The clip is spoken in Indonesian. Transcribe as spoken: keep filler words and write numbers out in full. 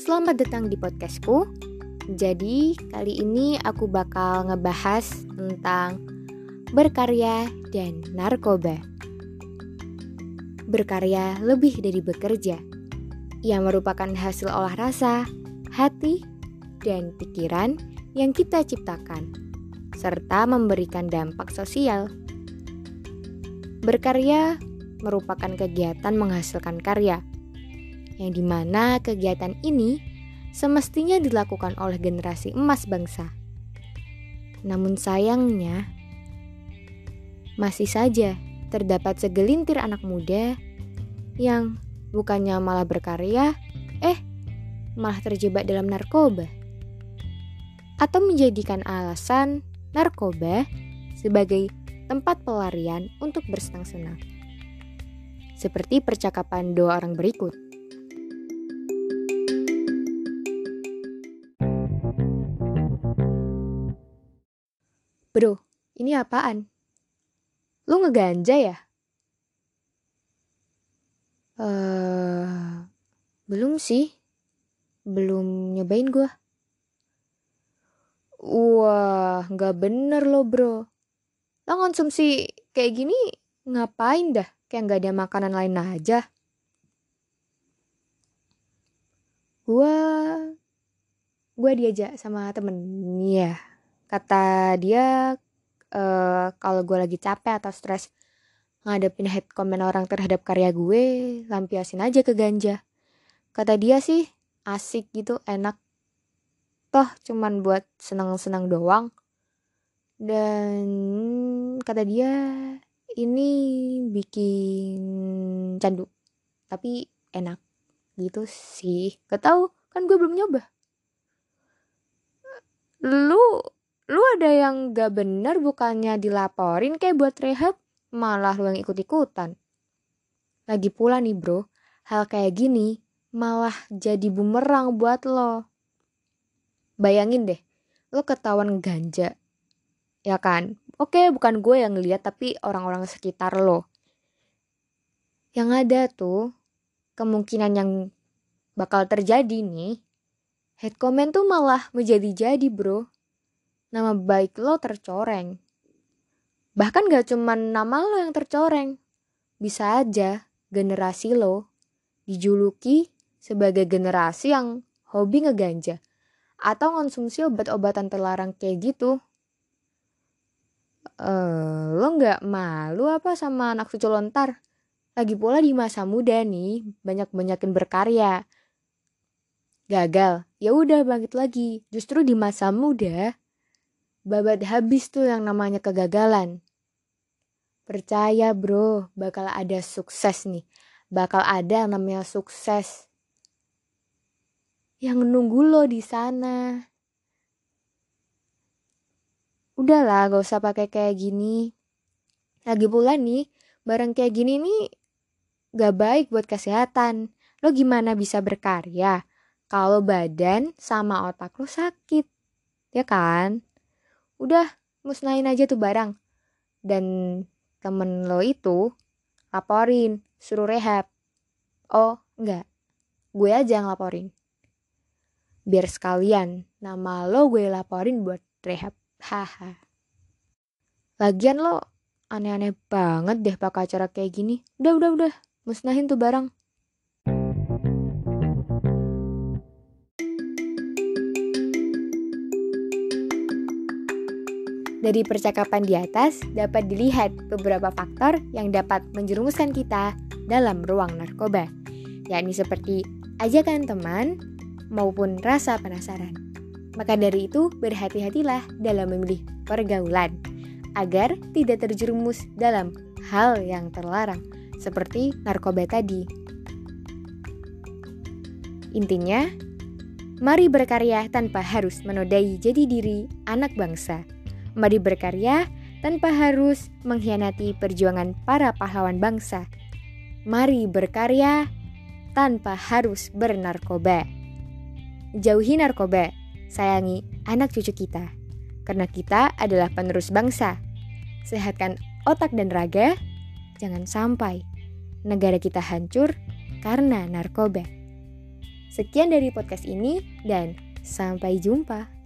selamat datang di podcastku. Jadi kali ini aku bakal ngebahas tentang berkarya dan narkoba. Berkarya lebih dari bekerja. Ia merupakan hasil olah rasa, hati, dan pikiran yang kita ciptakan, serta memberikan dampak sosial. Berkarya merupakan kegiatan menghasilkan karya, yang dimana kegiatan ini semestinya dilakukan oleh generasi emas bangsa. Namun sayangnya, masih saja terdapat segelintir anak muda yang bukannya malah berkarya, eh malah terjebak dalam narkoba. Atau menjadikan alasan narkoba sebagai tempat pelarian untuk bersenang-senang. Seperti percakapan dua orang berikut. Bro, ini apaan? Lu ngeganja ya? Uh, belum sih. Belum nyobain gue. Wah, gak bener lo bro. Lo konsumsi kayak gini ngapain dah? Kayak gak ada makanan lain aja. Gue Gue diajak sama temen. Iya. Kata dia uh, kalau gue lagi capek atau stres ngadepin hate comment orang terhadap karya gue, lampiasin aja ke ganja. Kata dia sih asik gitu, enak. Toh cuman buat senang-senang doang. Dan kata dia ini bikin candu, tapi enak gitu sih. Gak tahu, kan gue belum nyoba. Lu Lu ada yang gak bener bukannya dilaporin kayak buat rehab, malah lu yang ikut-ikutan. Lagi pula nih bro, hal kayak gini malah jadi bumerang buat lo. Bayangin deh, lo ketahuan ganja, ya kan? Oke, bukan gue yang ngeliat tapi orang-orang sekitar lo. Yang ada tuh, kemungkinan yang bakal terjadi nih, hate comment tuh malah menjadi-jadi bro. Nama baik lo tercoreng. Bahkan gak cuma nama lo yang tercoreng. Bisa aja generasi lo dijuluki sebagai generasi yang hobi ngeganja atau konsumsi obat-obatan terlarang kayak gitu. Uh, lo gak malu apa sama anak cucu lontar? Lagi pula di masa muda nih, banyak-banyakin berkarya. Gagal, ya udah bangkit lagi. Justru di masa muda babat habis tuh yang namanya kegagalan. Percaya bro, bakal ada sukses nih. Bakal ada namanya sukses yang nunggu lo di sana. Udahlah, gak usah pakai kayak gini. Lagi pula nih, barang kayak gini nih gak baik buat kesehatan. Lo gimana bisa berkarya kalau badan sama otak lo sakit? Ya kan? Udah, musnahin aja tuh barang. Dan temen lo itu laporin, suruh rehab. Oh, enggak. Gue aja yang laporin. Biar sekalian nama lo gue laporin buat rehab. Haha. Lagian lo aneh-aneh banget deh pakai acara kayak gini. Udah, udah, udah. Musnahin tuh barang. Dari percakapan di atas dapat dilihat beberapa faktor yang dapat menjerumuskan kita dalam ruang narkoba, yakni seperti ajakan teman maupun rasa penasaran. Maka dari itu berhati-hatilah dalam memilih pergaulan agar tidak terjerumus dalam hal yang terlarang seperti narkoba tadi. Intinya, mari berkarya tanpa harus menodai jati diri anak bangsa. Mari berkarya tanpa harus mengkhianati perjuangan para pahlawan bangsa. Mari berkarya tanpa harus bernarkoba. Jauhi narkoba, sayangi anak cucu kita. Karena kita adalah penerus bangsa. Sehatkan otak dan raga, jangan sampai negara kita hancur karena narkoba. Sekian dari podcast ini dan sampai jumpa.